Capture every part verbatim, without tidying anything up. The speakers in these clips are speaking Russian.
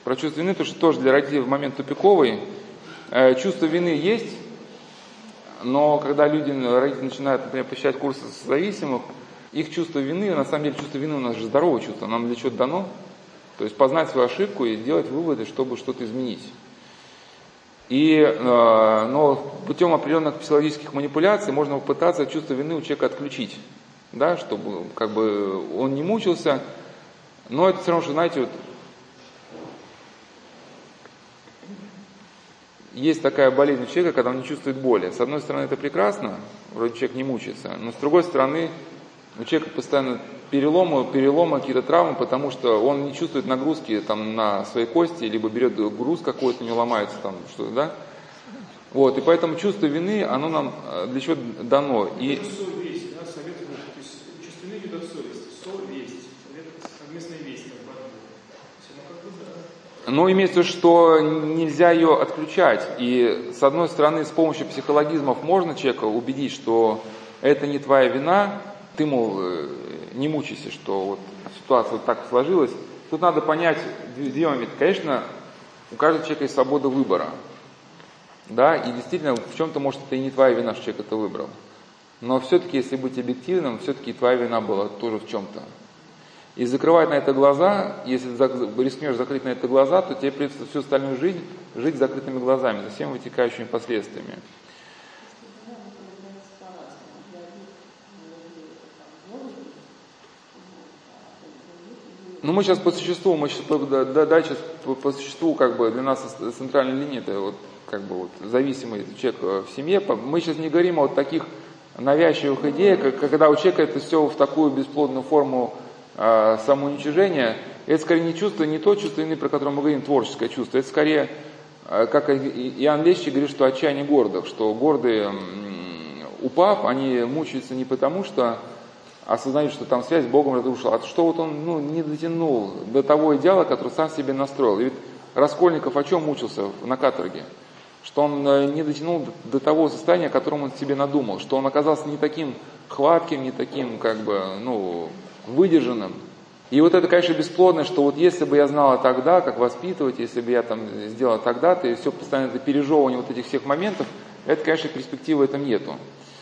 Про чувство вины, то что тоже для родителей в момент тупиковый. Чувство вины есть, но когда люди, родители начинают, например, посещать курсы зависимых, их чувство вины, на самом деле чувство вины у нас же здоровое чувство, нам для чего-то дано. То есть познать свою ошибку и делать выводы, чтобы что-то изменить. И, но путем определенных психологических манипуляций можно попытаться чувство вины у человека отключить, да, чтобы как бы он не мучился. Но это все равно, что, знаете, вот есть такая болезнь у человека, когда он не чувствует боли. С одной стороны, это прекрасно, вроде человек не мучается, но с другой стороны, у человека постоянно переломы, переломы, какие-то травмы, потому что он не чувствует нагрузки там, на свои кости, либо берет груз какой-то, у него ломается там что-то, да? Вот, и поэтому чувство вины, оно нам для чего дано. И... Это совесть, да, совет, то есть чувство вины идет от совести, совесть, совместная весть, как бы, да. Но имеется в виду, что нельзя ее отключать. И с одной стороны, с помощью психологизмов можно человека убедить, что это не твоя вина, ты, мол, не мучайся, что вот ситуация вот так сложилась. Тут надо понять две моменты. Конечно, у каждого человека есть свобода выбора. Да, и действительно, в чем-то, может, это и не твоя вина, что человек это выбрал. Но все-таки, если быть объективным, все-таки твоя вина была тоже в чем-то. И закрывать на это глаза, если рискнешь закрыть на это глаза, то тебе придется всю остальную жизнь жить с закрытыми глазами, со всеми вытекающими последствиями. Ну, мы сейчас по существу, мы сейчас, да, да, да, сейчас по, по существу, как бы, для нас центральная линия, это вот, как бы, вот, зависимый человек в семье. Мы сейчас не говорим о вот таких навязчивых идеях, когда у человека это все в такую бесплодную форму э, самоуничижения. Это скорее не чувство, не то чувство вины, про которое мы говорим, творческое чувство. Это скорее, э, как Иоанн Лещий говорит, что отчаяние гордых, что гордые э, упав, они мучаются не потому, что осознают, что там связь с Богом разрушила, а что вот он ну, не дотянул до того идеала, который сам себе настроил. И ведь Раскольников о чем мучился на каторге? Что он не дотянул до того состояния, о котором он себе надумал, что он оказался не таким хватким, не таким как бы, ну, выдержанным. И вот это, конечно, бесплодно, что вот если бы я знала тогда, как воспитывать, если бы я там сделала тогда-то, и все постоянно это пережевывание вот этих всех моментов, это, конечно, перспективы в этом нету.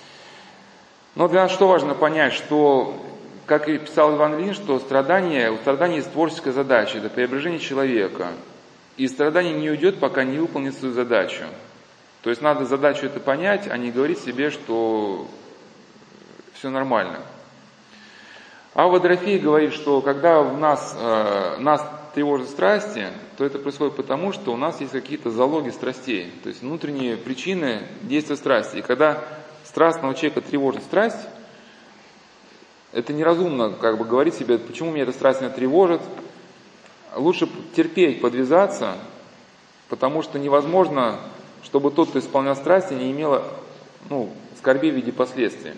Но для нас что важно понять, что, как и писал Иван Ильин, что страдание, у страдания есть творческая задача, это преображение человека. И страдание не уйдет, пока не выполнит свою задачу. То есть надо задачу это понять, а не говорить себе, что все нормально. Ава Дорофей говорит, что когда в нас, э, нас тревожат страсти, то это происходит потому, что у нас есть какие-то залоги страстей, то есть внутренние причины действия страсти. И когда страстного человека тревожит страсть, это неразумно как бы говорить себе, почему меня эта страсть меня тревожит. Лучше терпеть, подвязаться, потому что невозможно, чтобы тот, кто исполнял страсти, не имел ну, скорби в виде последствий.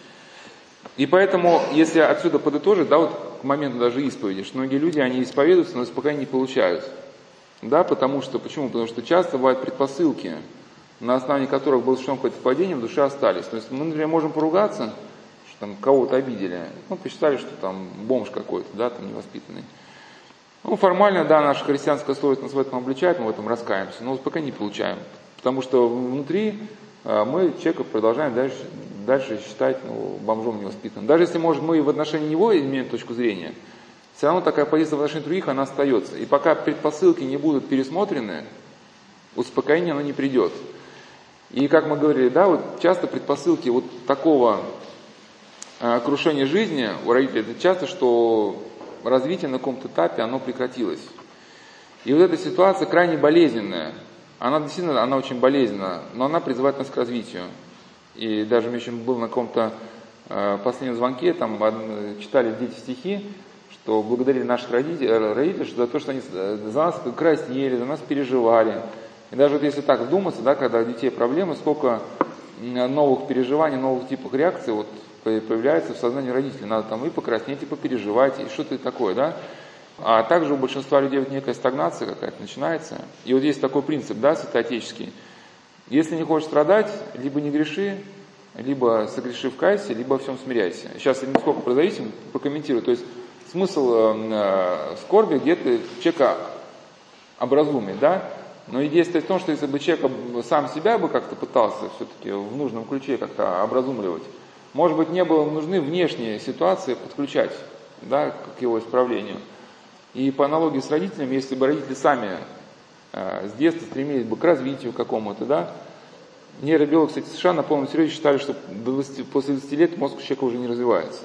И поэтому, если отсюда подытожить, да, вот к моменту даже исповеди, что многие люди, они исповедуются, но успокоения не получают. Да, потому что, почему? Потому что часто бывают предпосылки, на основании которых было совершено какое-то падение, в душе остались. То есть мы, например, можем поругаться, что там кого-то обидели, ну, посчитали, что там бомж какой-то, да, там невоспитанный. Ну, формально, да, наша христианская совесть нас в этом обличает, мы в этом раскаемся, но пока не получаем. Потому что внутри мы человека продолжаем дальше, дальше считать ну, бомжом невоспитанным. Даже если, может, мы в отношении него имеем точку зрения, все равно такая позиция в отношении других, она остается. И пока предпосылки не будут пересмотрены, успокоение оно не придет. И как мы говорили, да, вот часто предпосылки вот такого э, крушения жизни у родителей, это часто, что развитие на каком-то этапе, оно прекратилось. И вот эта ситуация крайне болезненная. Она действительно, она очень болезненна, но она призывает нас к развитию. И даже мы еще был на каком-то э, последнем звонке, там читали дети стихи, что благодарили наших родителей, родителей за то, что они за нас краснели, за нас переживали. И даже вот если так вдуматься, да, когда у детей проблемы, сколько новых переживаний, новых типов реакций вот, появляется в сознании родителей. Надо там и покраснеть, и попереживать, и что-то такое, да. А также у большинства людей вот некая стагнация какая-то начинается. И вот есть такой принцип, да, святоотеческий. Если не хочешь страдать, либо не греши, либо согреши в кайсе, либо во всем смиряйся. Сейчас я несколько про зависимость прокомментирую. То есть смысл э, скорби где-то человека образумить, да? Но идея стоит в том, что если бы человек сам себя бы как-то пытался все-таки в нужном ключе как-то образумливать, может быть, не было нужны внешние ситуации подключать, да, к его исправлению. И по аналогии с родителями, если бы родители сами э, с детства стремились бы к развитию какому-то, да, нейробиологи, кстати, США на полном серьезе считали, что после двадцати лет мозг у человека уже не развивается.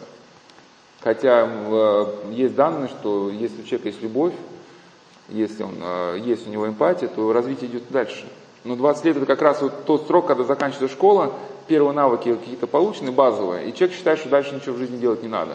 Хотя э, есть данные, что если у человека есть любовь, если он, э, есть у него эмпатия, то развитие идет дальше. Но двадцать лет это как раз вот тот срок, когда заканчивается школа, первые навыки какие-то получены, базовые, и человек считает, что дальше ничего в жизни делать не надо.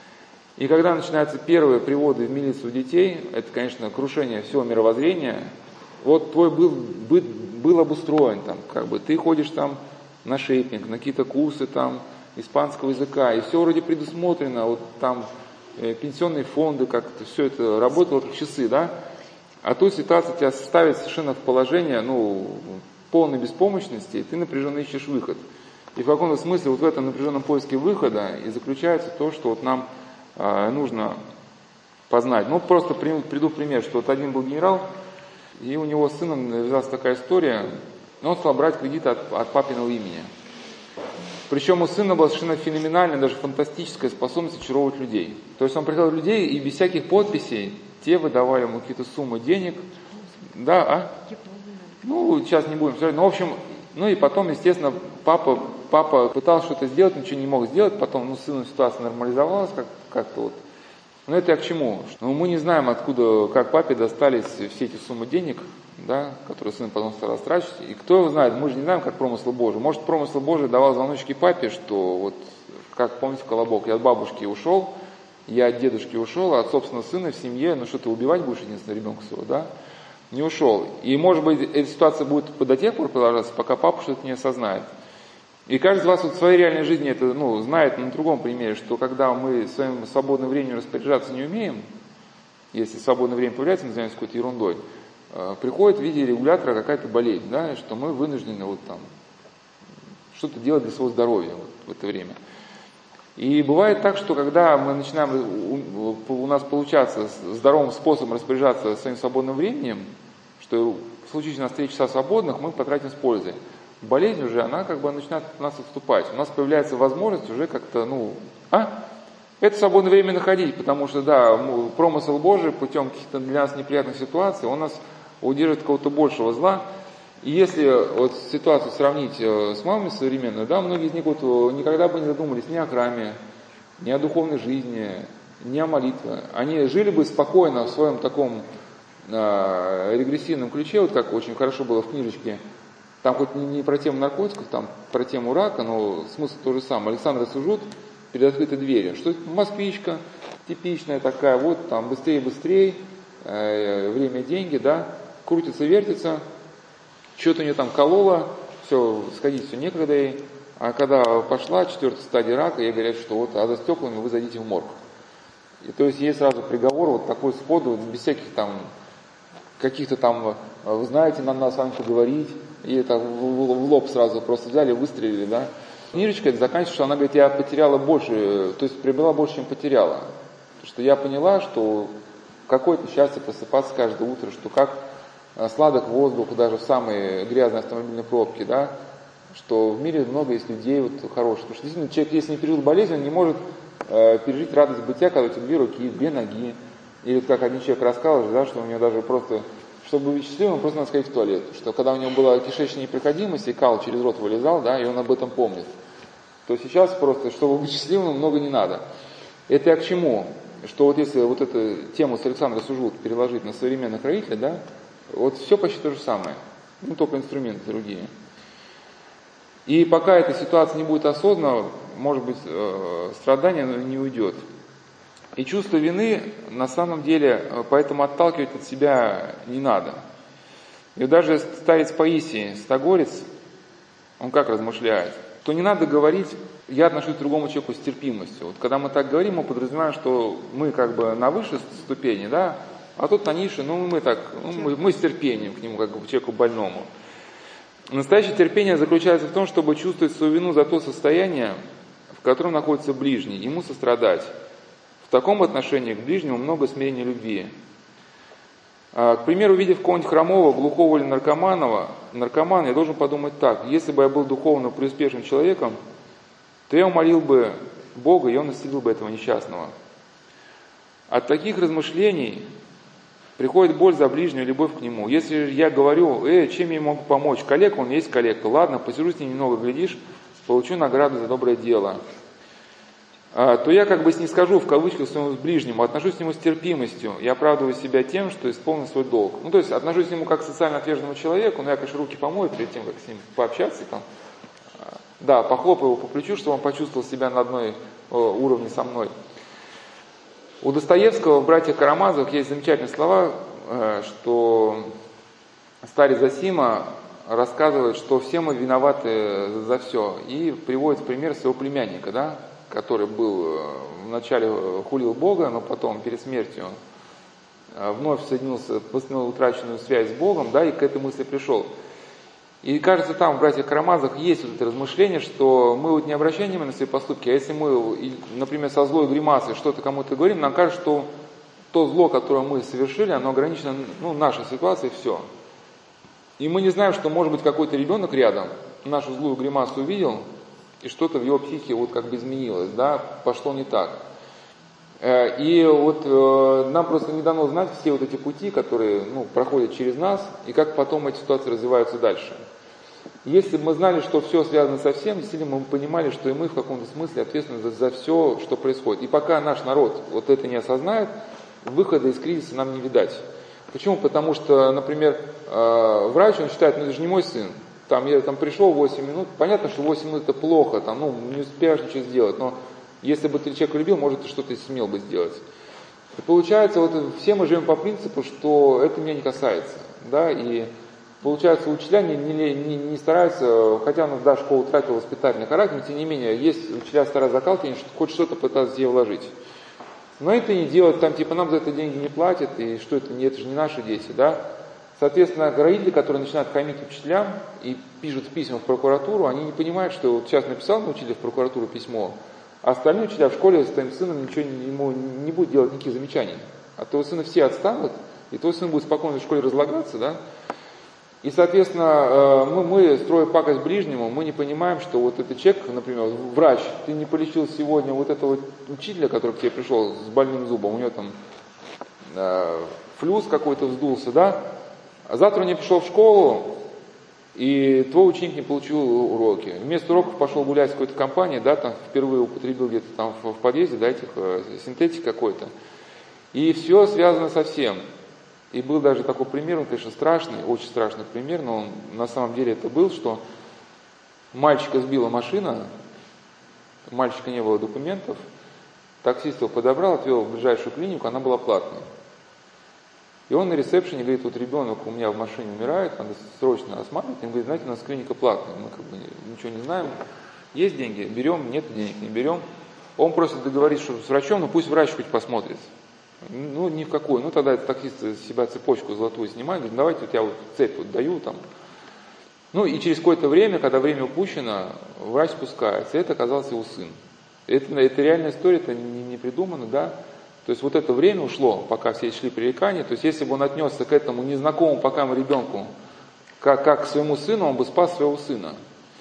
И когда начинаются первые приводы в милицию детей, это, конечно, крушение всего мировоззрения. Вот твой был, быт был обустроен, там, как бы, ты ходишь там на шейпинг, на какие-то курсы там, испанского языка, и все вроде предусмотрено, вот там э, пенсионные фонды, как-то все это работало как часы, да? А тут ситуация тебя ставит совершенно в положение, ну, полной беспомощности, и ты напряженно ищешь выход. И в каком-то смысле вот в этом напряженном поиске выхода и заключается то, что вот нам э, нужно познать. Ну, просто приду в пример, что вот один был генерал, и у него с сыном навязалась такая история, он стал брать кредиты от, от папиного имени. Причем у сына была совершенно феноменальная, даже фантастическая способность очаровывать людей. То есть он приходил людей, и без всяких подписей те выдавали ему какие-то суммы денег. Да, а? Ну, сейчас не будем смотреть. Ну, в общем, ну и потом, естественно, папа, папа пытался что-то сделать, ничего не мог сделать. Потом, ну, с сыном ситуация нормализовалась как- как-то вот. Но это я к чему? Ну, мы не знаем, откуда, как папе достались все эти суммы денег, да, которые сын потом стал растрачивать. И кто его знает, мы же не знаем, как промысл Божий. Может, промысл Божий давал звоночки папе, что вот, как помните, колобок, я от бабушки ушел, я от дедушки ушел, а от собственного сына в семье, ну что ты убивать будешь единственного ребенка своего, да? Не ушел. И, может быть, эта ситуация будет до тех пор продолжаться, пока папа что-то не осознает. И каждый из вас вот в своей реальной жизни это, ну, знает на другом примере, что когда мы своим свободным временем распоряжаться не умеем, если свободное время появляется, назовем какой-то ерундой, э, приходит в виде регулятора какая-то болезнь, да, что мы вынуждены вот там что-то делать для своего здоровья вот, в это время. И бывает так, что когда мы начинаем у, у нас получаться здоровым способом распоряжаться своим свободным временем, что в случае, у нас три часа свободных, мы потратим с пользой. Болезнь уже, она как бы начинает от нас отступать. У нас появляется возможность уже как-то, ну, а? Это свободное время находить, потому что, да, промысел Божий путем каких-то для нас неприятных ситуаций, он нас удержит от какого-то большего зла. И если вот ситуацию сравнить с мамами современной, да, многие из них вот никогда бы не задумались ни о храме, ни о духовной жизни, ни о молитве. Они жили бы спокойно в своем таком э, регрессивном ключе, вот как очень хорошо было в книжечке. Там хоть не про тему наркотиков, там про тему рака, но смысл тот же самый. Александра Сужут перед открытой дверью. Что это? Москвичка типичная такая, вот там быстрее-быстрее, э, время, деньги, да, крутится, вертится, что-то у нее там кололо, все, сходить все некогда ей. А когда пошла четвертая стадия рака, ей говорят, что вот, а за стеклами вы зайдите в морг. И то есть ей сразу приговор вот такой сходу, без всяких там, каких-то там, вы знаете, нам надо с вами поговорить. И это в лоб сразу просто взяли, выстрелили, да. Книжечка это заканчивается, что она говорит, я потеряла больше, то есть приобрела больше, чем потеряла. Потому что я поняла, что какое-то счастье просыпаться каждое утро, что как сладок воздух даже в самой грязной автомобильной пробке, да, что в мире много есть людей вот, хороших. Потому что действительно человек, если не пережил болезнь, он не может э, пережить радость бытия, когда у тебя две руки, две ноги. Или вот как один человек рассказывал, да, что у него даже просто... Чтобы быть счастливым, просто надо сходить в туалет. Что когда у него была кишечная непроходимость, и кал через рот вылезал, да, и он об этом помнит. То сейчас просто, чтобы быть счастливым, много не надо. Это я к чему? Что вот если вот эту тему с Александра Сужут переложить на современных родителей, да, вот все почти то же самое. Ну, только инструменты другие. И пока эта ситуация не будет осознана, может быть, э, страдание не уйдет. И чувство вины, на самом деле, поэтому отталкивать от себя не надо. И даже старец Паисий, Стагорец, он как размышляет, то не надо говорить, я отношусь к другому человеку с терпимостью. Вот когда мы так говорим, мы подразумеваем, что мы как бы на высшей ступени, да, а тут на нише, ну мы так, ну, мы, мы с терпением к нему, как к человеку больному. Настоящее терпение заключается в том, чтобы чувствовать свою вину за то состояние, в котором находится ближний, ему сострадать. В таком отношении к ближнему много смирения любви. К примеру, увидев какого-нибудь хромого, глухого или наркоманова, наркомана, я должен подумать так: если бы я был духовно преуспешным человеком, то я умолил бы Бога, и Он исцелил бы этого несчастного. От таких размышлений приходит боль за ближнего, любовь к нему. Если я говорю: э, чем я могу помочь? Коллега, он есть коллега. Ладно, посижу с ним немного, глядишь, получу награду за доброе дело. То я как бы снискажу в кавычках своему ближнему, отношусь к нему с терпимостью и оправдываю себя тем, что исполнил свой долг. Ну, то есть отношусь к нему как к социально отверженному человеку, но я, конечно, руки помою перед тем, как с ним пообщаться. Там, да, похлопаю его по плечу, чтобы он почувствовал себя на одной уровне со мной. У Достоевского в «Братьях Карамазовых» есть замечательные слова, что старец Зосима рассказывает, что все мы виноваты за все, и приводит в пример своего племянника, да, который был вначале хулил Бога, но потом перед смертью вновь соединился, восстановил утраченную связь с Богом, да, и к этой мысли пришел. И кажется, там в «Братьях Карамазовых» есть вот это размышление, что мы вот не обращаем внимания на свои поступки, а если мы, например, со злой гримасой что-то кому-то говорим, нам кажется, что то зло, которое мы совершили, оно ограничено, ну, нашей ситуацией, все. И мы не знаем, что, может быть, какой-то ребенок рядом нашу злую гримасу увидел, и что-то в его психике вот как бы изменилось, да, пошло не так. И вот э, нам просто не дано знать все вот эти пути, которые, ну, проходят через нас, и как потом эти ситуации развиваются дальше. Если бы мы знали, что все связано со всем, действительно мы бы понимали, что и мы в каком-то смысле ответственны за, за все, что происходит. И пока наш народ вот это не осознает, выхода из кризиса нам не видать. Почему? Потому что, например, э, врач, он считает: ну это же не мой сын. Там, я там пришел восемь минут, понятно, что восемь минут это плохо, там, ну, не успеешь ничего сделать, но если бы ты человека любил, может, ты что-то сумел бы сделать. И получается, вот все мы живем по принципу, что это меня не касается, да, и получается, учителя не, не, не, не стараются, хотя у нас, да, школа утратила воспитательный характер, но тем не менее, есть учителя стараются закалки, хоть что-то пытаются себе вложить. Но это не делать, там, типа, нам за это деньги не платят, и что это, не, это же не наши дети, да. Соответственно, родители, которые начинают хамить учителям и пишут письма в прокуратуру, они не понимают, что вот сейчас написал на учителя в прокуратуру письмо, а остальные учителя в школе с твоим сыном ничего ему не будут делать, никаких замечаний. От твоего сына все отстанут, и твой сын будет спокойно в школе разлагаться, да. И, соответственно, мы, мы, строя пакость ближнему, мы не понимаем, что вот этот человек, например, врач, ты не полечил сегодня вот этого учителя, который к тебе пришел с больным зубом, у него там э, флюс какой-то вздулся, да. А завтра он не пришел в школу, и твой ученик не получил уроки. Вместо уроков пошел гулять с какой-то компанией, да, там впервые употребил где-то там в, в подъезде, да, этих э, синтетик какой-то. И все связано со всем. И был даже такой пример, он, конечно, страшный, очень страшный пример, но он, на самом деле это был, что мальчика сбила машина, у мальчика не было документов, таксист его подобрал, отвел в ближайшую клинику, она была платной. И он на ресепшене говорит: вот ребенок у меня в машине умирает, надо срочно осматривать. Он говорит: знаете, у нас клиника платная, мы как бы ничего не знаем. Есть деньги, берем, нет денег, не берем. Он просит договориться с врачом, но пусть врач хоть посмотрит. Ну, ни в какой. Ну, тогда этот таксист с себя цепочку золотую снимает, говорит: давайте вот я вот цепь вот даю там. Ну, и через какое-то время, когда время упущено, врач спускается. И это оказался его сын. Это, это реальная история, это не, не придумано, да. То есть вот это время ушло, пока все шли пререкания. То есть если бы он отнесся к этому незнакомому пока ребенку, как, как к своему сыну, он бы спас своего сына.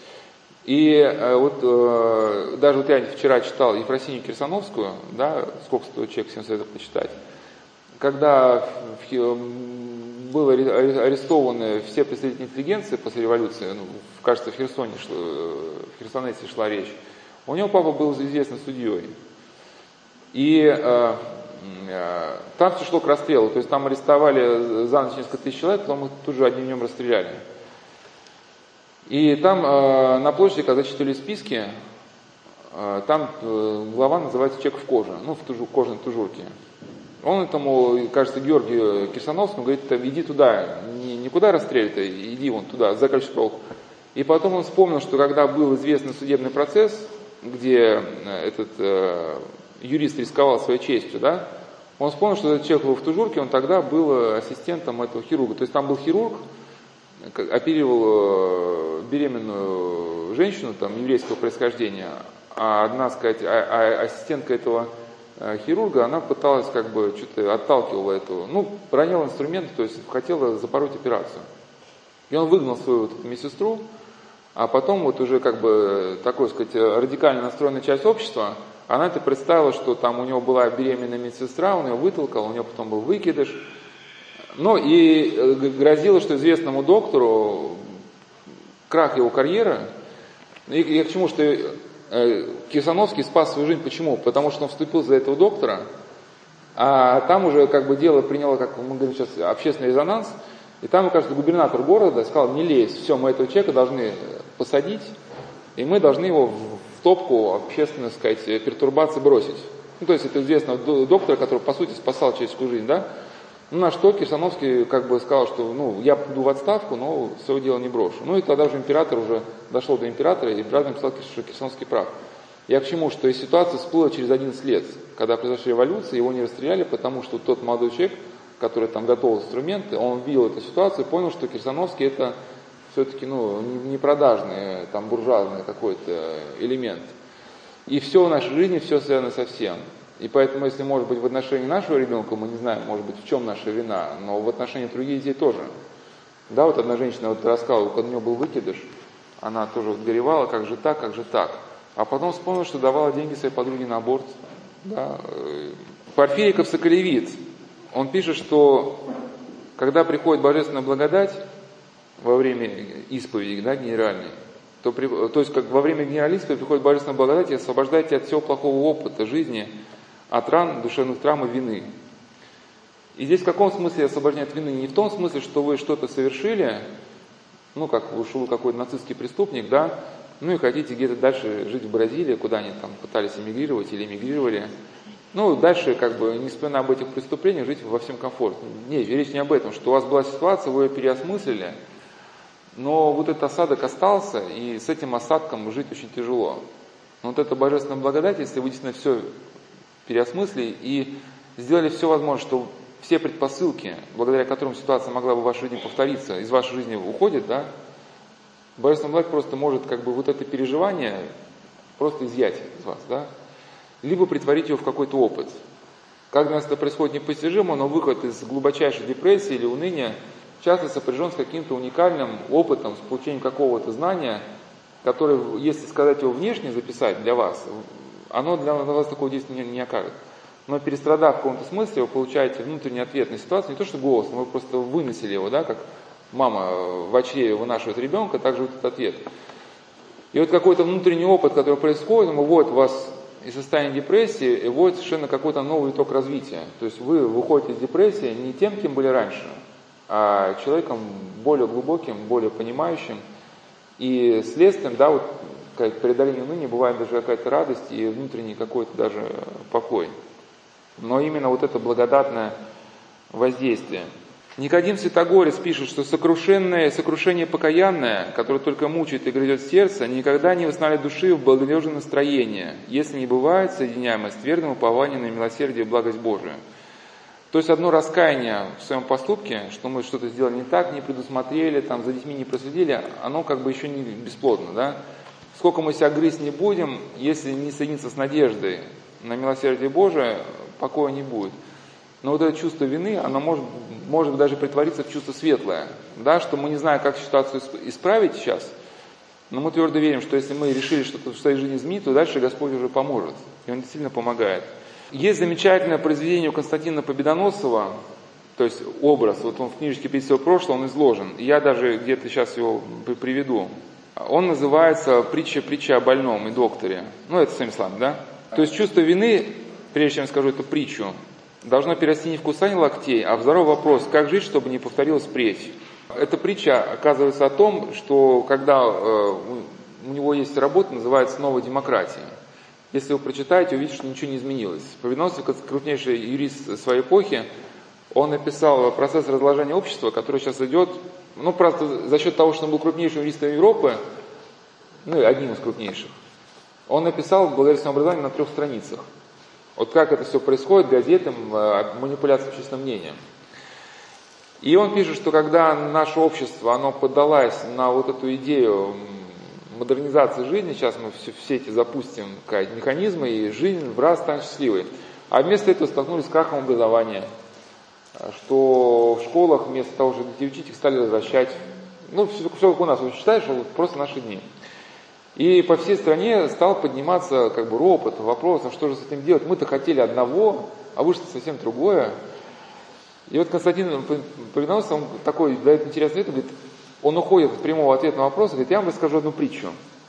И э, вот э, даже вот я вчера читал Ефросинью Кирсановскую, да, сколько стоит человек, всем советую почитать, когда в, были арестованы все представители интеллигенции после революции, ну, кажется, в Херсоне, шло, в Херсонесе шла речь, у него папа был известным судьей. И э, э, там все шло к расстрелу, то есть там арестовали за ночь несколько тысяч человек, потом их тут же одним днем расстреляли. И там э, на площади, когда читали списки, э, там э, глава называется «Человек в коже», ну, в тужу, кожаной тужурке. Он этому, кажется, Георгию Кирсановскому говорит: иди туда, не, никуда расстреливай, иди вон туда, за колючую проволоку. И потом он вспомнил, что когда был известный судебный процесс, где этот э, юрист рисковал своей честью, да, он вспомнил, что этот человек в тужурке, он тогда был ассистентом этого хирурга. То есть там был хирург, оперировал беременную женщину там, еврейского происхождения, а одна, сказать, а, а ассистентка этого хирурга, она пыталась как бы что-то отталкивала этого, ну, ронила инструменты, то есть хотела запороть операцию. И он выгнал свою вот эту медсестру, а потом вот уже как бы такой, сказать, радикально настроенная часть общества, она это представила, что там у него была беременная медсестра, он ее вытолкал, у нее потом был выкидыш. Ну и грозило, что известному доктору крах его карьеры. И я к чему, что Кирсановский спас свою жизнь. Почему? Потому что он вступил за этого доктора, а там уже как бы дело приняло, как мы говорим сейчас, общественный резонанс. И там, кажется, губернатор города сказал: не лезь, все, мы этого человека должны посадить, и мы должны его в топку общественной, так сказать, пертурбации бросить. Ну, то есть это известного доктора, который, по сути, спасал человеческую жизнь, да? Ну, на что Кирсановский как бы сказал, что, ну, я пойду в отставку, но свое дело не брошу. Ну, и тогда уже император уже дошел до императора, и император написал, что Кирсановский прав. Я к чему? Что и ситуация всплыла через одиннадцать лет, когда произошла революция, его не расстреляли, потому что тот молодой человек, который там готовил инструменты, он видел эту ситуацию и понял, что Кирсановский это все-таки, ну, не продажный, там, буржуазный какой-то элемент. И все в нашей жизни, все связано со всем. И поэтому, если, может быть, в отношении нашего ребенка, мы не знаем, может быть, в чем наша вина, но в отношении других детей тоже. Да, вот одна женщина вот рассказывала, когда у нее был выкидыш, она тоже вот горевала, как же так, как же так. А потом вспомнила, что давала деньги своей подруге на аборт. Да. Порфирий Ковсоколевит, он пишет, что когда приходит божественная благодать во время исповеди, да, генеральной, то, при, то есть как во время генеральной исповеди приходит божественная благодать и освобождает тебя от всего плохого опыта жизни, от ран, душевных травм и вины. И здесь в каком смысле освобождение от вины? Не в том смысле, что вы что-то совершили, ну, как ушел какой-то нацистский преступник, да, ну и хотите где-то дальше жить в Бразилии, куда они там пытались эмигрировать или эмигрировали. Ну, дальше, как бы, не вспоминая об этих преступлениях, жить во всем комфорте. Нет, речь не об этом, что у вас была ситуация, вы ее переосмыслили, но вот этот осадок остался, и с этим осадком жить очень тяжело. Но вот эта божественная благодать, если вы действительно все переосмыслили и сделали все возможное, что все предпосылки, благодаря которым ситуация могла бы в вашей жизни повториться, из вашей жизни уходит, да, божественная благодать просто может, как бы, вот это переживание просто изъять из вас, да, либо притворить его в какой-то опыт. Когда у нас это происходит непостижимо, но выход из глубочайшей депрессии или уныния часто сопряжен с каким-то уникальным опытом, с получением какого-то знания, которое, если сказать его внешне, записать для вас, оно для вас такого действия не, не окажет. Но перестрадав в каком-то смысле, вы получаете внутренний ответ на ситуацию, не то что голосом, вы просто выносили его, да, как мама в чреве вынашивает ребенка, так же вот этот ответ. И вот какой-то внутренний опыт, который происходит, он выводит вас из состояния депрессии, и вводит совершенно какой-то новый итог развития. То есть вы выходите из депрессии не тем, кем были раньше, а человеком более глубоким, более понимающим. И следствием, да, вот как преодоление уныния бывает даже какая-то радость и внутренний какой-то даже покой. Но именно вот это благодатное воздействие. Никодим Святогорец пишет, что сокрушенное, сокрушение покаянное, которое только мучает и грызет сердце, никогда не восстанавливает души в благонадежное настроение, если не бывает соединяемое с твердым упованием на милосердие и благость Божию. То есть одно раскаяние в своем поступке, что мы что-то сделали не так, не предусмотрели, там, за детьми не проследили, оно как бы еще не бесплодно, да? Сколько мы себя грызть не будем, если не соединиться с надеждой на милосердие Божие, покоя не будет. Но вот это чувство вины, оно может, может даже притвориться в чувство светлое, да, что мы не знаем, как ситуацию исправить сейчас, но мы твердо верим, что если мы решили что-то в своей жизни изменить, то дальше Господь уже поможет, и Он действительно помогает. Есть замечательное произведение у Константина Победоносова, то есть образ, вот он в книжечке «Песни прошлого» он изложен, и я даже где-то сейчас его приведу. Он называется «Притча, притча о больном и докторе». Ну, это сами словами, да? То есть чувство вины, прежде чем я скажу эту притчу, должно перерасти не в кусание локтей, а в здоровый вопрос, как жить, чтобы не повторилось впредь. Эта притча оказывается о том, что когда э, у него есть работа, называется «Новая демократия». Если вы прочитаете, увидите, что ничего не изменилось. Победоносов, как крупнейший юрист своей эпохи, он написал процесс разложения общества, который сейчас идет, ну, просто за счет того, что он был крупнейшим юристом Европы, ну, одним из крупнейших, он написал благодаря своему образованию на трех страницах. Вот как это все происходит, газетам, манипуляция общественным мнением. И он пишет, что когда наше общество, оно поддалось на вот эту идею модернизации жизни, сейчас мы все, все эти запустим механизмы, и жизнь в раз станет счастливой. А вместо этого столкнулись с крахом образования, что в школах вместо того, чтобы детей учить, их стали возвращать. Ну, все, все как у нас, вы считаете, что просто наши дни. И по всей стране стал подниматься как бы ропот, вопрос, а что же с этим делать? Мы-то хотели одного, а вышло совсем другое. И вот Константин Повиновался, он такой дает интересный ответ, говорит, он уходит от прямого ответа на вопрос, говорит, я вам расскажу одну притчу.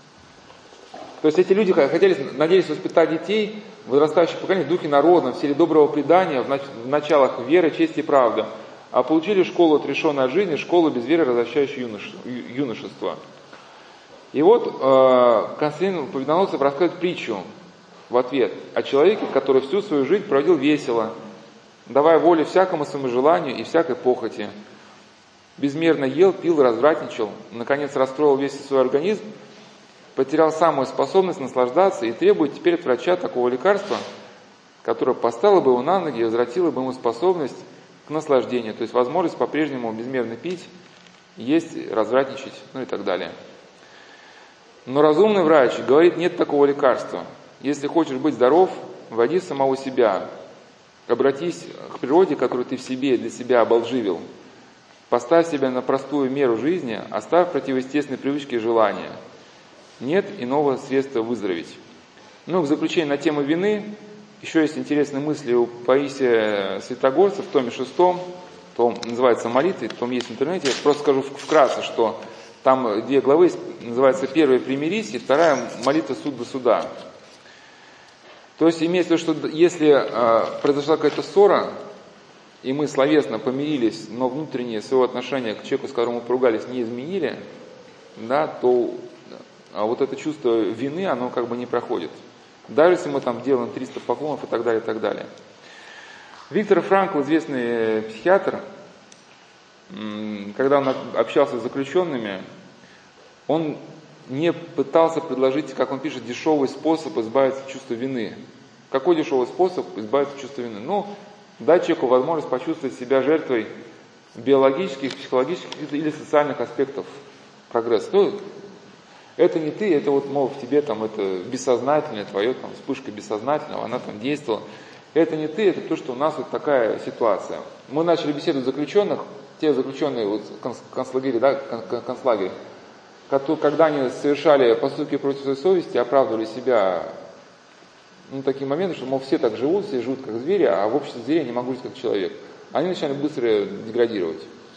То есть эти люди хотели, надеялись воспитать детей, возрастающее поколение в духе народном, в силе доброго предания, в началах веры, чести и правды, а получили школу, отрешенную от жизни, школу без веры, развращающую юношество. И вот э, Константин Победоносцев рассказывает притчу в ответ о человеке, который всю свою жизнь проводил весело, давая волю всякому своему желанию и всякой похоти. Безмерно ел, пил, развратничал, наконец расстроил весь свой организм, потерял самую способность наслаждаться и требует теперь от врача такого лекарства, которое поставило бы его на ноги и возвратило бы ему способность к наслаждению, то есть возможность по-прежнему безмерно пить, есть, развратничать, ну и так далее. Но разумный врач говорит, нет такого лекарства. Если хочешь быть здоров, вводи самого себя, обратись к природе, которую ты в себе для себя оболживил. Поставь себя на простую меру жизни, оставь противоестественные привычки и желания. Нет иного средства выздороветь. Ну, в заключение на тему вины, еще есть интересные мысли у Паисия Святогорца в томе шестом, том называется «Молитвы», том есть в интернете. Я просто скажу вкратце, что там две главы, называется «Первая примирись» и вторая «Молитва суд до суда». То есть имеется в виду, что если э, произошла какая-то ссора, и мы словесно помирились, но внутреннее свое отношение к человеку, с которым мы поругались, не изменили, да, то а вот это чувство вины, оно как бы не проходит. Даже если мы там делаем триста поклонов и так далее, и так далее. Виктор Франкл, известный психиатр, когда он общался с заключенными, он не пытался предложить, как он пишет, дешевый способ избавиться от чувства вины. Какой дешевый способ избавиться от чувства вины? Ну, дать человеку возможность почувствовать себя жертвой биологических, психологических или социальных аспектов прогресса. Ну, это не ты, это вот, мол, в тебе там это бессознательное, твое там вспышка бессознательного, она там действовала. Это не ты, это то, что у нас вот такая ситуация. Мы начали беседовать с заключенных, те заключенные вот в концлагере, да, концлагере, когда они совершали поступки против своей совести, оправдывали себя, ну, такие моменты, что, мол, все так живут, все живут как звери, а в обществе зверей я не могу жить как человек. Они начали быстро деградировать.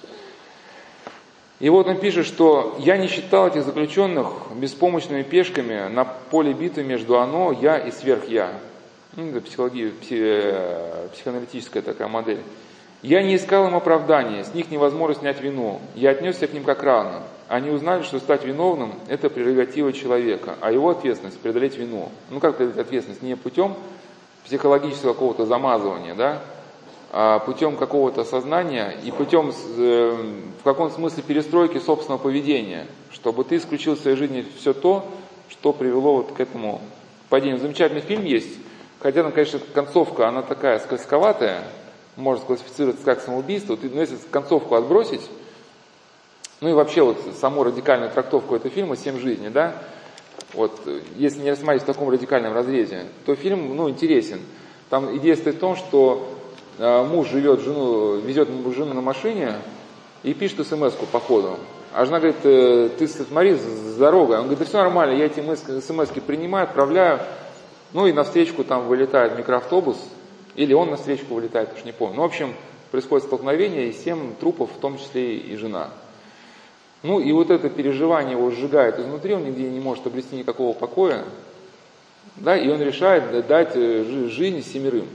И вот он пишет, что я не считал этих заключенных беспомощными пешками на поле битвы между оно, я и сверх-я. Ну, это психология, психоаналитическая такая модель. Я не искал им оправдания, с них невозможно снять вину. Я отнесся к ним как равным. Они узнали, что стать виновным – это прерогатива человека, а его ответственность – преодолеть вину. Ну как преодолеть ответственность? Не путем психологического какого-то замазывания, да, а путем какого-то сознания и путем э, в каком-то смысле перестройки собственного поведения, чтобы ты исключил из своей жизни все то, что привело вот к этому падению. Замечательный фильм есть, хотя, ну, конечно, концовка, она такая скользковатая, можно классифицироваться как самоубийство, но если концовку отбросить, ну и вообще вот саму радикальную трактовку этого фильма «Семь жизней», да, вот, если не рассматривать в таком радикальном разрезе, то фильм, ну, интересен. Там идея стоит в том, что э, муж живет, жену, везет жену на машине и пишет смс-ку по ходу. А жена говорит, э, ты смотри с дорогой. Он говорит, да все нормально, я эти смс-ки принимаю, отправляю. Ну и на встречку там вылетает микроавтобус, или он на встречку вылетает, уж не помню. Ну, в общем, происходит столкновение, и семь трупов, в том числе и жена. Ну и вот это переживание его сжигает изнутри, он нигде не может обрести никакого покоя, да, и он решает дать жизнь семерым,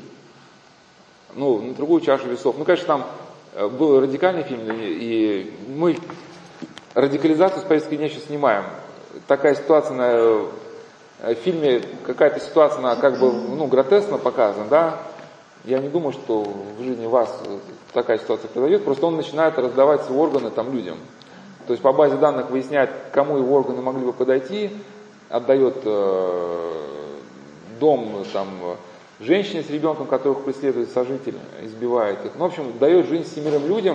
ну, на другую чашу весов. Ну, конечно, там был радикальный фильм, и мы радикализацию с повестки дня сейчас снимаем. Такая ситуация на в фильме, какая-то ситуация, она как бы, ну, гротескно показана, да. Я не думаю, что в жизни вас такая ситуация произойдет, просто он начинает раздавать свои органы там людям. То есть по базе данных выясняет, кому его органы могли бы подойти, отдает э, дом там, женщине с ребенком, которых преследует сожитель, избивает их. Ну, в общем, дает жизнь семерым людям,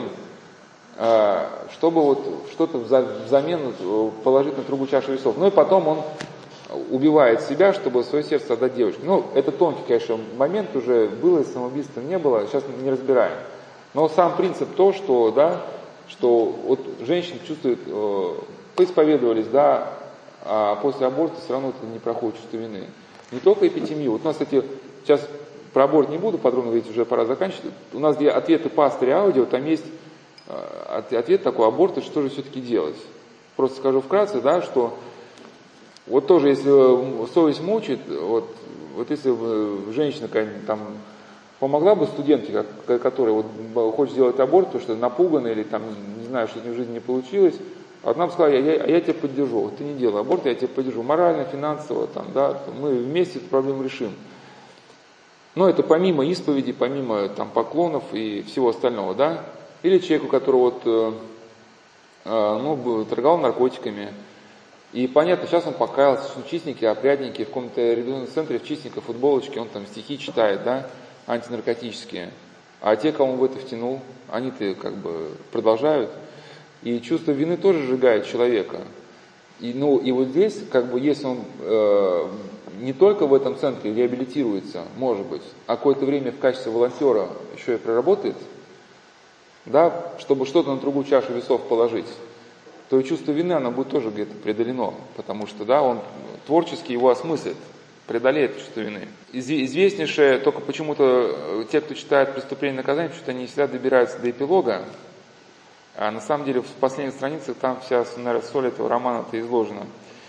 э, чтобы вот что-то взамен положить на другую чашу весов. Ну и потом он убивает себя, чтобы свое сердце отдать девушке. Ну, это тонкий, конечно, момент, уже было, самоубийства не было, сейчас не разбираем. Но сам принцип то, что, да, что вот женщины чувствуют, э, поисповедовались, да, а после аборта все равно это не проходит чувство вины. Не только эпитемию. Вот у нас, кстати, сейчас про аборт не буду подробно говорить, уже пора заканчивать. У нас где ответы пастыря аудио, там есть э, ответ такой: аборт, что же все-таки делать? Просто скажу вкратце, да, что вот тоже, если совесть мучает, вот, вот если бы женщина там помогла бы студентке, которая вот хочет сделать аборт, потому что напугана или там не знаю, что в жизни не получилось, одна бы сказала: я, я, я тебя поддержу, вот ты не делай аборт, я тебя поддержу морально, финансово, там, да, мы вместе эту проблему решим. Но это помимо исповеди, помимо там поклонов и всего остального, да. Или человеку, который вот, э, э, ну, торговал наркотиками. И понятно, сейчас он покаялся, что чистенький, опрятненький, в каком-то революционном центре, в чистенькой футболочке, он там стихи читает, да, антинаркотические. А те, кого он в это втянул, они-то как бы продолжают. И чувство вины тоже сжигает человека. И, ну, и вот здесь, как бы, если он э, не только в этом центре реабилитируется, может быть, а какое-то время в качестве волонтера еще и проработает, да, чтобы что-то на другую чашу весов положить, то и чувство вины, оно будет тоже где-то преодолено, потому что, да, он творчески его осмыслит, преодолеет чувство вины. Известнейшее, только почему-то те, кто читает «Преступление и наказание», почему-то они всегда добираются до эпилога, а на самом деле в последних страницах там вся, наверное, соль этого романа-то изложена.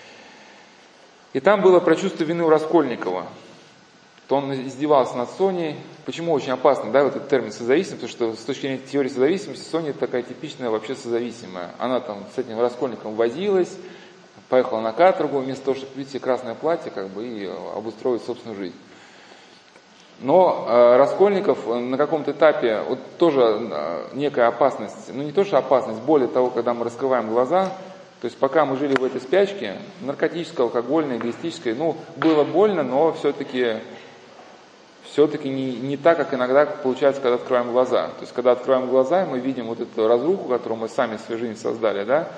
И там было про чувство вины у Раскольникова. То он издевался над Соней. Почему очень опасно, да, вот этот термин созависимость, потому что с точки зрения теории созависимости Соня такая типичная вообще созависимая. Она там с этим Раскольником возилась, поехала на каторгу, вместо того, чтобы купить себе красное платье, как бы, и обустроить собственную жизнь. Но э, Раскольников на каком-то этапе, вот тоже э, некая опасность, ну не то, что опасность, более того, когда мы раскрываем глаза, то есть пока мы жили в этой спячке, наркотической, алкогольной, эгоистической, ну, было больно, но все-таки все-таки не, не так, как иногда получается, когда открываем глаза. То есть, когда открываем глаза, мы видим вот эту разруху, которую мы сами в своей жизни создали, да,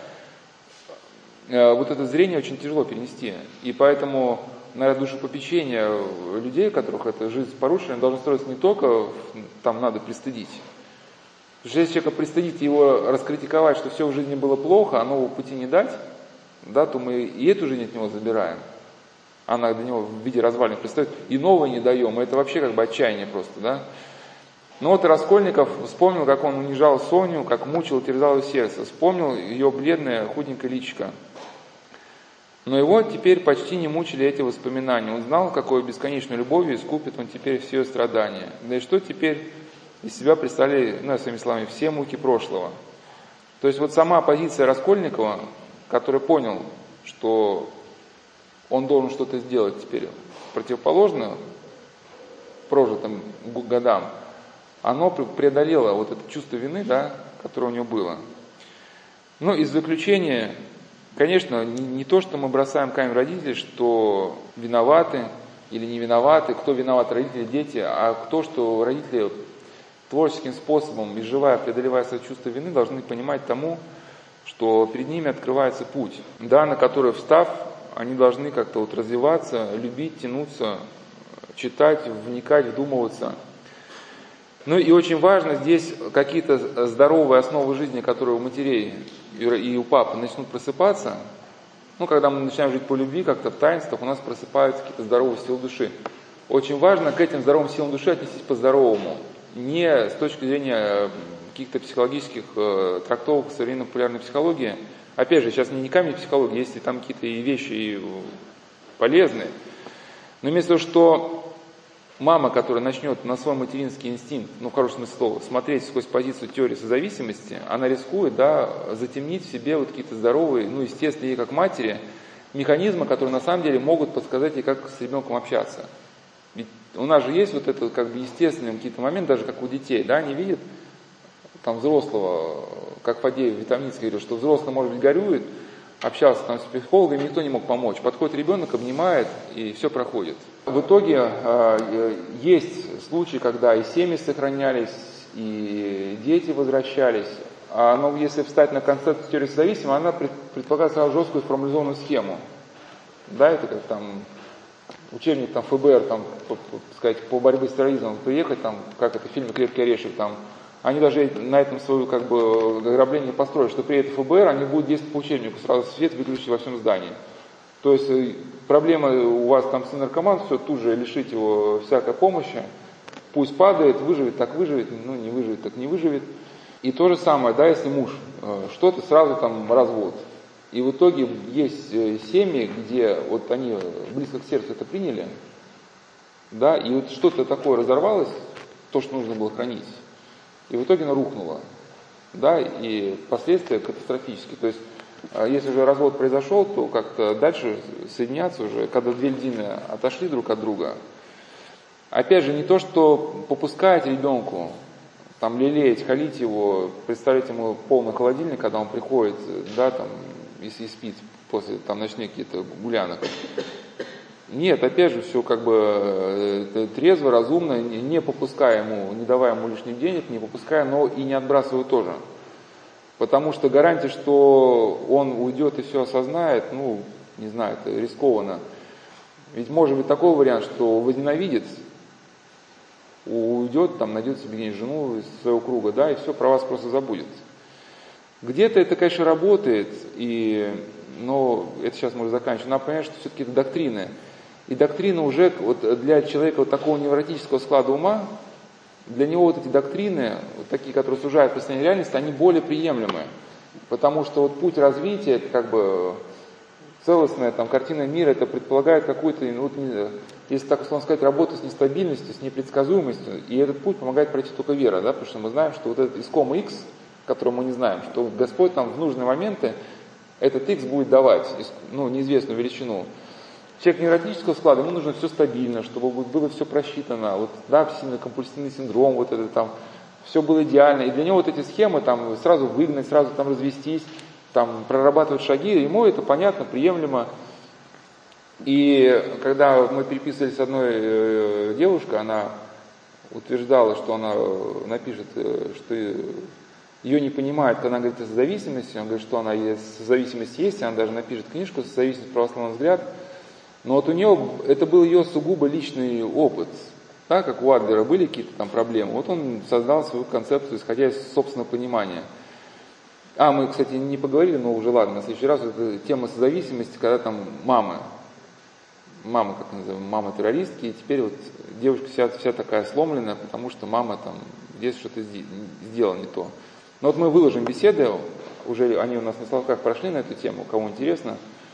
э, вот это зрение очень тяжело перенести. И поэтому, наверное, душепопечение людей, которых эта жизнь порушена, должно строиться не только, там надо пристыдить. Потому что если человека пристыдить, его раскритиковать, что все в жизни было плохо, а нового пути не дать, да, то мы и эту жизнь от него забираем. Она для него в виде развалин предстоит, и новое не даем, и это вообще как бы отчаяние просто, да. Но вот Раскольников вспомнил, как он унижал Соню, как мучил, терзал ее сердце, вспомнил ее бледное, худенькое личико. Но его теперь почти не мучили эти воспоминания. Он знал, какой бесконечной любовью искупит он теперь все ее страдания. Да и что теперь из себя представляли, ну, своими словами, все муки прошлого. То есть вот сама позиция Раскольникова, который понял, что он должен что-то сделать теперь противоположно прожитым годам, оно преодолело вот это чувство вины, да, которое у него было. Ну, из заключения, конечно, не, не то, что мы бросаем камень родителей, что виноваты или не виноваты, кто виноват, родители, дети, а то, что родители творческим способом, изживая, преодолевая свое чувство вины, должны понимать тому, что перед ними открывается путь, да, на который, встав, они должны как-то вот развиваться, любить, тянуться, читать, вникать, вдумываться. Ну и очень важно здесь какие-то здоровые основы жизни, которые у матерей и у папы начнут просыпаться. Ну, когда мы начинаем жить по любви, как-то в таинствах, у нас просыпаются какие-то здоровые силы души. Очень важно к этим здоровым силам души отнестись по-здоровому. Не с точки зрения каких-то психологических э, трактовок современной популярной психологии. Опять же, сейчас не камень психологии, есть и там какие-то и вещи и полезные. Но вместо того, что мама, которая начнет на свой материнский инстинкт, ну в хорошем смысле слова, смотреть сквозь позицию теории созависимости, она рискует, да, затемнить в себе вот какие-то здоровые, ну естественные ей как матери, механизмы, которые на самом деле могут подсказать ей, как с ребенком общаться. Ведь у нас же есть вот это как бы естественный какие-то моменты, даже как у детей, да, они видят там взрослого, как Фадеев в Витаминске говорил, что взрослый, может быть, горюет, общался там с психологом, никто не мог помочь. Подходит ребенок, обнимает, и все проходит. В итоге э, есть случаи, когда и семьи сохранялись, и дети возвращались. А, но если встать на концепцию теории созависимости, она предполагает сразу жесткую формализованную схему. да, это как там учебник там эф бэ эр, там, по, по, сказать, по борьбе с терроризмом приехать, там, как это в фильме «Крепкий орешек», там, они даже на этом свое как бы ограбление построят, что приедет эф бэ эр, они будут действовать по учебнику, сразу свет выключить во всем здании. То есть проблема у вас там сын наркоман, все, тут же лишить его всякой помощи, пусть падает, выживет, так выживет, ну не выживет, так не выживет. И то же самое, да, если муж что-то, сразу там развод. И в итоге есть семьи, где вот они близко к сердцу это приняли, да, и вот что-то такое разорвалось, то, что нужно было хранить, и в итоге оно рухнуло, да, и последствия катастрофические. То есть, если уже развод произошел, то как-то дальше соединяться уже, когда две льдины отошли друг от друга. Опять же, не то, что попускать ребенку, там, лелеять, халить его, представлять ему полный холодильник, когда он приходит, да, там, если спит после там ночных каких-то гулянок. Нет, опять же, все как бы трезво, разумно, не попуская ему, не давая ему лишних денег, не попуская, но и не отбрасывая тоже. Потому что гарантия, что он уйдет и все осознает, ну, не знаю, это рискованно. Ведь может быть такой вариант, что возненавидит, уйдет, там, найдет себе где-нибудь жену из своего круга, да, и все, про вас просто забудет. Где-то это, конечно, работает, и, но это сейчас мы уже заканчиваем. Надо понять, что все-таки это доктрины. И доктрина уже вот для человека вот такого невротического склада ума, для него вот эти доктрины, вот такие, которые сужают представление реальности, они более приемлемы. Потому что вот путь развития, это как бы целостная там, картина мира, это предполагает какую-то, ну, вот, если так условно сказать, работу с нестабильностью, с непредсказуемостью. И этот путь помогает пройти только вера, да, потому что мы знаем, что вот этот искомый X, который мы не знаем, что Господь нам в нужные моменты этот X будет давать, ну, неизвестную величину. Человек невротического склада, ему нужно все стабильно, чтобы было все просчитано, вот, да, обсессивно-компульсивный синдром, вот это там, все было идеально. И для него вот эти схемы, там, сразу выгнать, сразу там развестись, там, прорабатывать шаги, ему это понятно, приемлемо. И когда мы переписывались с одной э, девушкой, она утверждала, что она напишет, э, что ее не понимает, когда она говорит о зависимости, он говорит, что она есть, зависимость есть, она даже напишет книжку «Зависимость. Православный взгляд». Но вот у нее, это был ее сугубо личный опыт. Так как у Адлера были какие-то там проблемы, вот он создал свою концепцию, исходя из собственного понимания. А, мы, кстати, не поговорили, но уже ладно, на следующий раз, это тема зависимости, когда там мамы, мама, как называем, мама террористки, и теперь вот девушка вся, вся такая сломленная, потому что мама там здесь что-то сделала не то. Но вот мы выложим беседы, уже они у нас на Соловках прошли на эту тему, кому интересно.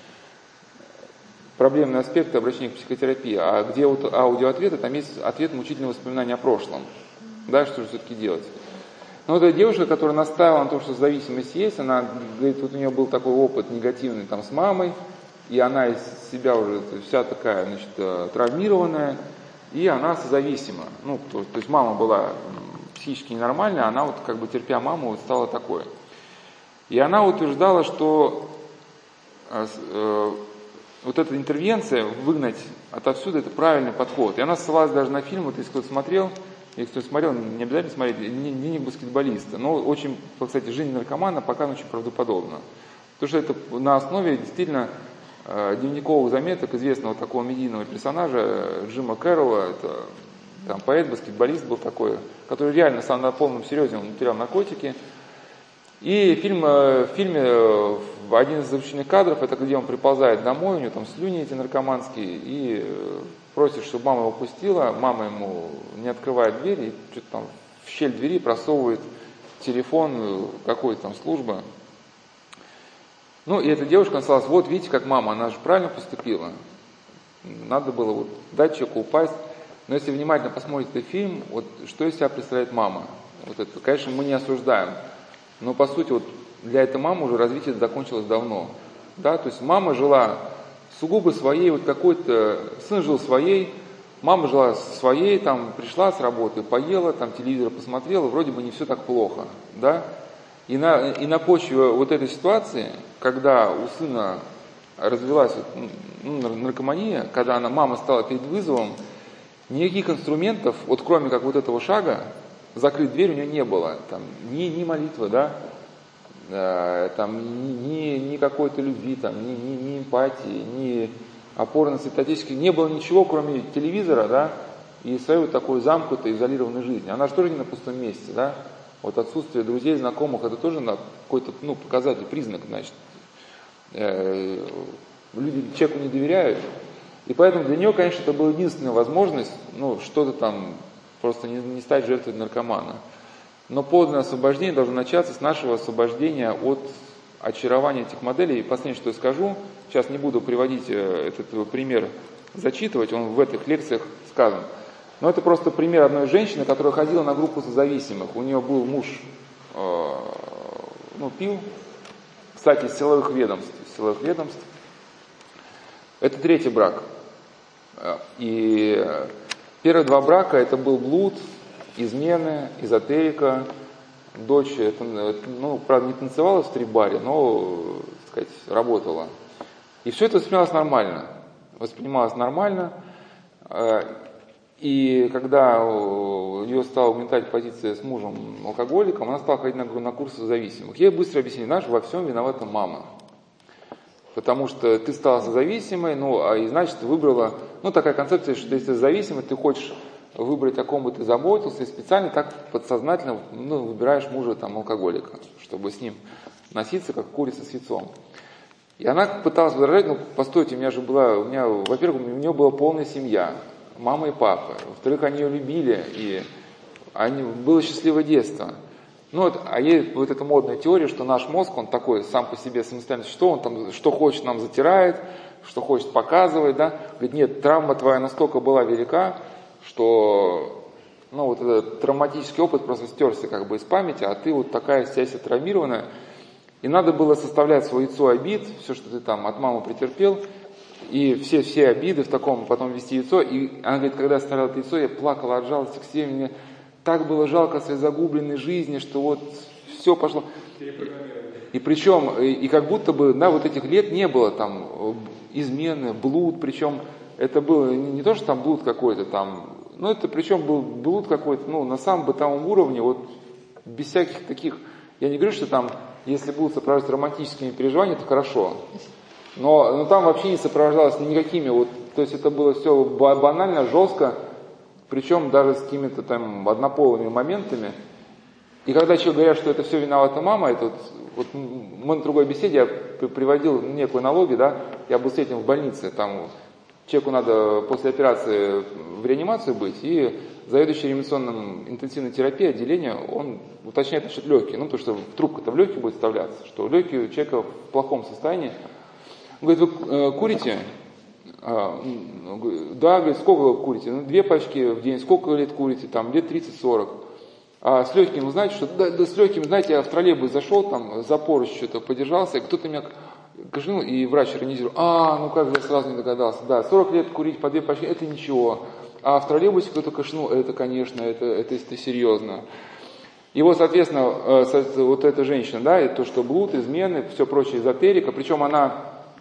Проблемные аспекты обращения к психотерапии. А где вот аудиоответы, там есть ответ мучительного воспоминания о прошлом. Да, что же все-таки делать? Но вот эта девушка, которая настаивала на том, что зависимость есть, она говорит, вот у нее был такой опыт негативный там с мамой, и она из себя уже вся такая, значит, травмированная, и она созависима. Ну, то, то есть мама была психически ненормальная, она вот как бы терпя маму вот стала такой. И она утверждала, что э, э, вот эта интервенция, выгнать отовсюду, это правильный подход. И она ссылалась даже на фильм, вот если кто-то смотрел, если кто-то смотрел, не обязательно смотреть, «Дневник баскетболиста». Но очень, кстати, жизнь наркомана пока очень правдоподобна. Потому что это на основе действительно э, дневниковых заметок известного такого медийного персонажа Джима Кэрролла, это там, поэт, баскетболист был такой, который реально сам на полном серьезе, он терял наркотики. И фильм, в фильме один из заключительных кадров, это где он приползает домой, у него там слюни эти наркоманские, и просит, чтобы мама его пустила, мама ему не открывает дверь, и что-то там в щель двери просовывает телефон какой-то там службы. Ну, и эта девушка осталась, вот видите, как мама, она же правильно поступила. Надо было вот дать человеку упасть. Но если внимательно посмотрите этот фильм, вот что из себя представляет мама? Вот это, конечно, мы не осуждаем. Но по сути, вот для этой мамы уже развитие закончилось давно. Да? То есть мама жила сугубо своей, вот какой-то, сын жил своей, мама жила своей, там пришла с работы, поела, там телевизор посмотрела, вроде бы не все так плохо. Да? И, на, и на почве вот этой ситуации, когда у сына развилась ну, наркомания, когда она, мама стала перед вызовом, никаких инструментов, вот кроме как вот этого шага, закрыть дверь у нее не было. Там, ни, ни молитвы, да, э, там, ни, ни, ни какой-то любви, там, ни, ни, ни эмпатии, ни опоры на святотеческие. Не было ничего, кроме телевизора, да, и своей вот такой замкнутой, изолированной жизни. Она же тоже не на пустом месте, да. Вот отсутствие друзей, знакомых, это тоже какой-то, ну, показатель, признак, значит. Э, люди человеку не доверяют. И поэтому для нее, конечно, это была единственная возможность, ну, что-то там, просто не, не стать жертвой наркомана. Но подлинное освобождение должно начаться с нашего освобождения от очарования этих моделей. И последнее, что я скажу, сейчас не буду приводить этот пример, зачитывать, он в этих лекциях сказан. Но это просто пример одной женщины, которая ходила на группу созависимых. У нее был муж, э, ну, пил, кстати, из силовых ведомств. Из силовых ведомств. Это третий брак. И первые два брака это был блуд, измены, эзотерика. Дочь, это, ну, правда, не танцевала в стрип-баре, но, так сказать, работала. И все это воспринималось нормально. Воспринималось нормально. И когда ее стала угнетать позиция с мужем-алкоголиком, она стала ходить на, на курсы зависимых. Ей быстро объяснили, знаешь, во всем виновата мама. Потому что ты стала созависимой, ну, а и значит, ты выбрала, ну, такая концепция, что если ты зависимый, ты хочешь выбрать, о ком бы ты заботился, и специально так подсознательно, ну, выбираешь мужа, там, алкоголика, чтобы с ним носиться, как курица с яйцом. И она пыталась возражать, ну, постойте, у меня же была, у меня, во-первых, у нее была полная семья, мама и папа, во-вторых, они ее любили, и они, было счастливое детство. Ну вот, а есть вот эта модная теория, что наш мозг, он такой сам по себе самостоятельный, что он там, что хочет, нам затирает, что хочет, показывает, да. Говорит, нет, травма твоя настолько была велика, что, ну, вот этот травматический опыт просто стерся как бы из памяти, а ты вот такая вся вся травмированная. И надо было составлять свое яйцо обид, все, что ты там от мамы претерпел, и все, все обиды в таком, потом вести яйцо. И она говорит, когда я составляла это яйцо, я плакала от жалости к себе, мне так было жалко своей загубленной жизни, что вот все пошло. И причем, и, и как будто бы, да, вот этих лет не было там измены, блуд, причем это было не то, что там блуд какой-то там, ну это причем был блуд какой-то, ну на самом бытовом уровне, вот без всяких таких, я не говорю, что там, если будут сопровождаться романтическими переживаниями, то хорошо, но, но там вообще не сопровождалось никакими, вот, то есть это было все банально, жестко, причем даже с какими-то там однополыми моментами. И когда человек говорят, что это все виновата мама, это вот, вот мы на другой беседе я приводил некую аналогию, да, я был с этим в больнице, там человеку надо после операции в реанимацию быть, и заведующий реанимационным интенсивной терапией отделения, он уточняет насчет легких, ну, потому что трубка-то в легкие будет вставляться, что легкие у человека в плохом состоянии. Он говорит, вы э, курите? А, да, говорит, сколько вы курите? Ну, две пачки в день, сколько лет курите? Там, лет тридцать-сорок. А с легким, вы знаете, что, да, да с легким, знаете, я в троллейбус зашел, там, за поручень что-то подержался, и кто-то меня кашнул, и врач организировал, а, ну как же, я сразу не догадался, да, сорок лет курить по две пачки, это ничего, а в троллейбусе кто-то кашнул, это, конечно, это, это, это серьезно. И вот, соответственно, вот эта женщина, да, и то, что блуд, измены, все прочее, эзотерика, причем она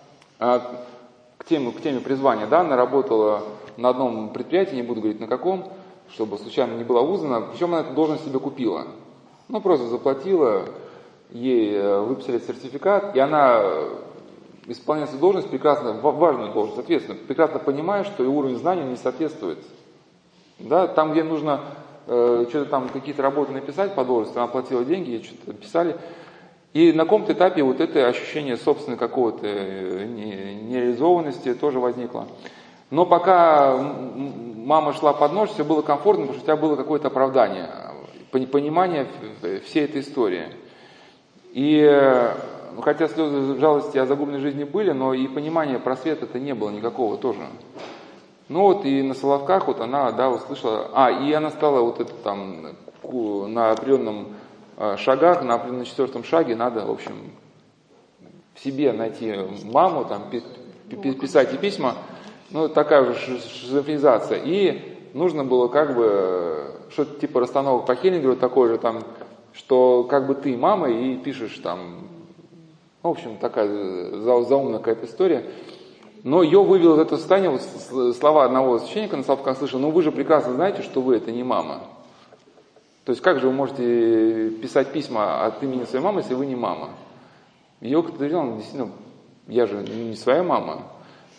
к теме, к теме призвания, да, она работала на одном предприятии, не буду говорить на каком, чтобы случайно не была узнана, причем она эту должность себе купила. Ну, просто заплатила, ей выписали сертификат, и она исполняет свою должность прекрасно, важную должность, соответственно, прекрасно понимая, что и уровень знаний не соответствует. Да, там, где нужно э, что-то там, какие-то работы написать по должности, она платила деньги, ей что-то написали. И на каком-то этапе вот это ощущение собственной какого-то нереализованности тоже возникло. Но пока мама шла под нож, все было комфортно, потому что у тебя было какое-то оправдание, понимание всей этой истории. И хотя слезы жалости о загубленной жизни были, но и понимания просвета-то не было никакого тоже. Ну вот и на Соловках вот она, да, услышала, а, и она стала вот это там на определенном шагах, на определенном четвертом шаге надо, в общем, в себе найти маму, там, писать ей письма, ну, такая уже шизофренизация. И нужно было как бы что-то типа расстановок по Хеллингеру, такое же там, что как бы ты мама и пишешь там, в общем, такая заумная какая-то история. Но ее вывело в это состояние, вот слова одного священника на Соловках слышал, ну вы же прекрасно знаете, что вы это не мама. То есть как же вы можете писать письма от имени своей мамы, если вы не мама? Ее кто-то говорил, действительно, я же не своя мама.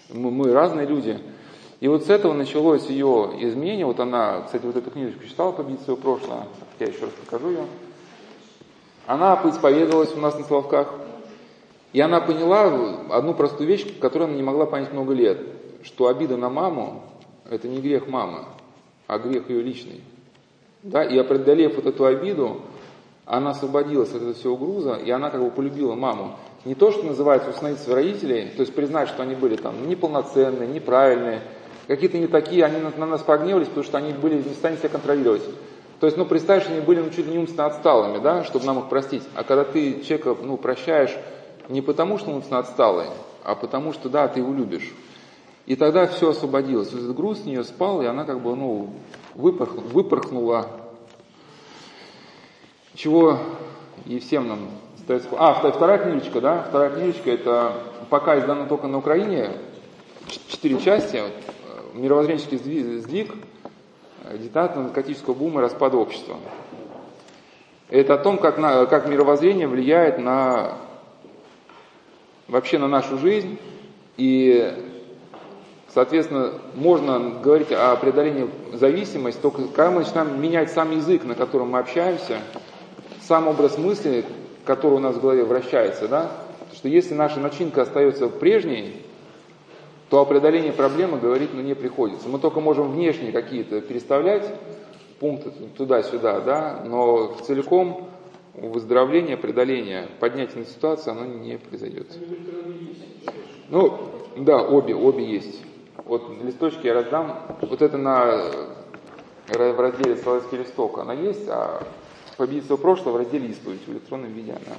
Мы, мы разные люди. И вот с этого началось ее изменение. Вот она, кстати, вот эту книжечку читала «Победить свое прошлое». Я еще раз покажу ее. Она поисповедовалась у нас на Соловках. И она поняла одну простую вещь, которую она не могла понять много лет. Что обида на маму – это не грех мамы, а грех ее личный. Да? И преодолев вот эту обиду, она освободилась от этого всего груза, и она как бы полюбила маму. Не то, что называется установить своих родителей, то есть признать, что они были там неполноценные, неправильные, какие-то не такие, они на, на нас прогневались, потому что они были не в состоянии себя контролировать. То есть, ну, представь, что они были ну, чуть ли не умственно отсталыми, да, чтобы нам их простить. А когда ты человека, ну, прощаешь не потому, что он умственно отсталый, а потому, что, да, ты его любишь. И тогда все освободилось. Этот груз с нее спал, и она как бы, ну, выпорхнула, выпорхнула. Чего и всем нам остается... А, вторая книжечка, да, вторая книжечка, это пока издана только на Украине, четыре части, мировоззренческий сдвиг, диктат наркотического бума и распада общества. Это о том, как, на, как мировоззрение влияет на вообще на нашу жизнь, и, соответственно, можно говорить о преодолении зависимости только когда мы начинаем менять сам язык, на котором мы общаемся, сам образ мысли, который у нас в голове вращается, да, потому что если наша начинка остается прежней, то о преодолении проблемы говорить ну, не приходится. Мы только можем внешние какие-то переставлять пункты туда-сюда, да, но целиком выздоровление, преодоление, поднятие на ситуацию, оно не произойдет. Ну, да, обе, обе есть. Вот листочки я раздам. Вот это на, в разделе «Соловецкий листок» она есть, а «Победить свое прошлое» в разделе «Исповедь» в электронном виде она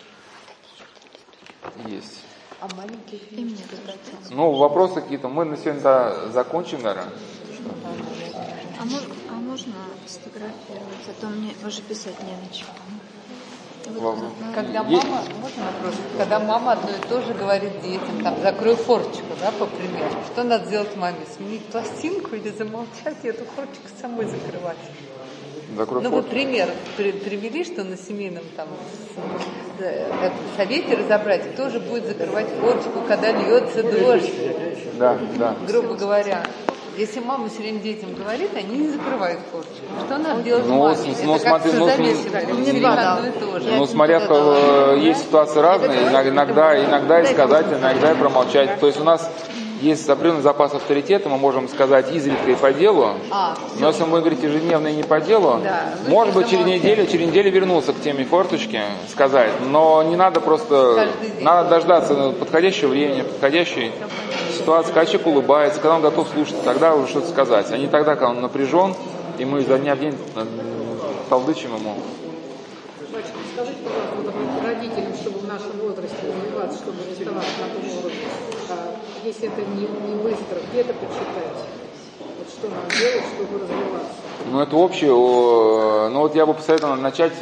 есть. А маленькие фильмы? Ну, вопросы какие-то. Мы на сегодня да, закончим, наверное. А, мож, а можно сфотографировать? А то мне уже писать не на чем. Вот, когда есть... мама, можно вопрос? Когда мама одно и то же говорит детям, там, закрой форточку, да, по примеру, что надо сделать маме? Сменить пластинку или замолчать и эту форточку самой закрывать? Закрой ну, форточку. вы пример при, привели, что на семейном там в совете разобрать, тоже будет закрывать форточку, когда льется дождь. Да, да. Грубо говоря. Если мама все время детям говорит, они не закрывают форточку. Что надо делать ну, маме? Ну, это смотри, как ну, ну, одно и то же. Ну, смотря, в, есть ситуации разные, иногда, иногда и сказать, иногда и промолчать. То есть у нас есть определенный запас авторитета, мы можем сказать изредка и по делу, а, но если мы говорим ежедневно и не по делу, да, может быть через неделю, через неделю вернуться к теме форточки, сказать, но не надо просто, надо дождаться подходящего времени, подходящей ситуации, когда человек улыбается, когда он готов слушать, тогда уже что-то сказать, а не тогда, когда он напряжен, и мы изо дня в день толдычим ему. Батюшка, скажите, пожалуйста, вот родителям, чтобы в нашем возрасте развиваться, чтобы оставаться на том уровне, а если это не, не быстро, где-то почитать, вот что нам делать, чтобы развиваться? Ну, это общее, ну вот я бы посоветовал начать,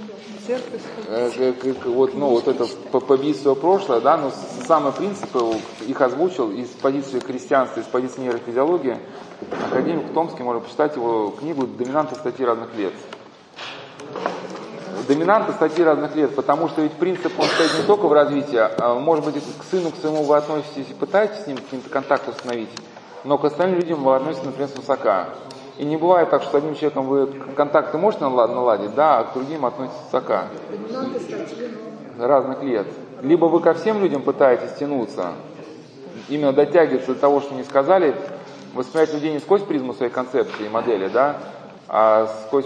э, вот, ну, вот это победить свое прошлое, да, но самые принципы их озвучил из позиции христианства, из позиции нейрофизиологии. Академик Томский, можно почитать его книгу «Доминанты статьи разных лет». Доминанты статьи разных лет, потому что ведь принцип, он стоит не только в развитии, а, может быть, к сыну, к своему вы относитесь и пытаетесь с ним каким-то контакт установить, но к остальным людям вы относитесь, например, свысока. И не бывает так, что с одним человеком вы контакты можете наладить, да, а к другим относитесь свысока. Разных лет. Либо вы ко всем людям пытаетесь тянуться, именно дотягиваться до того, что не сказали, воспринимать людей не сквозь призму своей концепции и модели, да, а сквозь...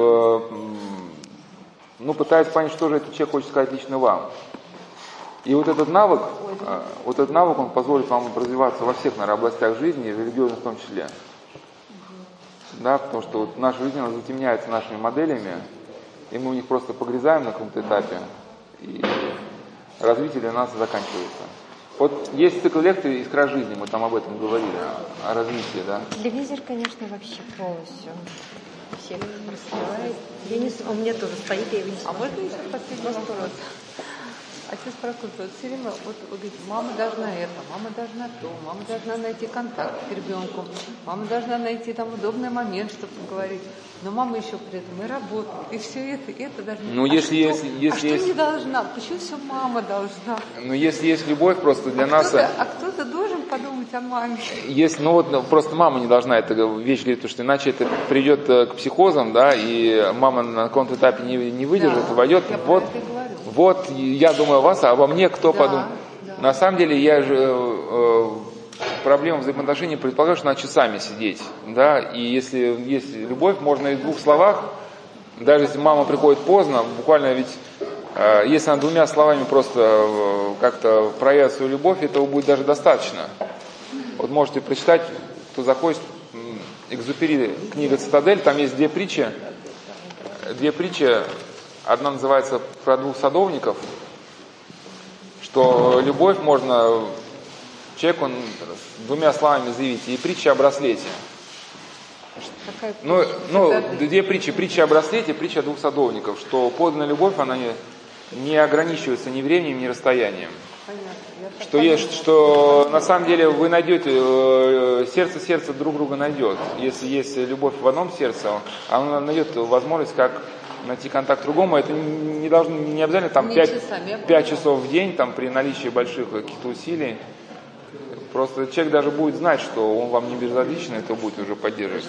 ну, пытаясь понять, что же этот человек хочет сказать лично вам. И вот этот навык, вот этот навык, он позволит вам развиваться во всех, наверное, областях жизни, и религиозной в том числе. Да, потому что вот наша жизнь, она затемняется нашими моделями, и мы в них просто погрязаем на каком-то этапе, и развитие для нас заканчивается. Вот есть цикл лекций «Искра жизни», мы там об этом говорили, о развитии, да. Телевизор, конечно, вообще полностью всех раскрывает. Я не... У меня тоже стоит, я его не А можно еще последний вопрос? Отец Прокофьев, вот все время вот, вы говорите, мама должна это, мама должна то, мама должна найти контакт с ребенком, мама должна найти там удобный момент, чтобы поговорить. Но мама еще при этом и работает, и все это, и это должна. Ну, а если, что, если, если а что есть... не должна? Почему все мама должна? Ну, если есть любовь, просто для а нас... Кто-то, а кто-то должен подумать о маме. Есть, ну вот, ну, просто мама не должна это вещь говорить, потому что иначе это придет к психозам, да, и мама на каком-то этапе не, не выдержит, Да, и войдет. я про Вот, это и говорю. вот, я думаю о вас, а обо мне кто Да, подумает? да. На самом деле, я же... Э, проблема взаимоотношений предполагает, что надо часами сидеть, да, и если есть любовь, можно и в двух словах, даже если мама приходит поздно, буквально ведь, э, если она двумя словами просто э, как-то проявит свою любовь, этого будет даже достаточно. Вот можете прочитать, кто захочет, Экзюпери, книга «Цитадель», там есть две притчи, две притчи, одна называется про двух садовников, что любовь можно... Человек, он двумя словами заявить, и притча о браслете. Какая Ну, притча? ну Это- две притчи, притча о браслете, притча о двух садовников, что подлинная любовь, она не, не ограничивается ни временем, ни расстоянием. Понятно. Я так Что, есть, подумала. что на самом деле вы найдете, э, сердце сердце друг друга найдет. Если есть любовь в одном сердце, оно найдет возможность, как найти контакт другому. Это не должно, не обязательно там Не пять часами, я пять часов в день, там, при наличии больших каких-то усилий. Просто человек даже будет знать, что он вам не безразличен, это будет уже поддерживать.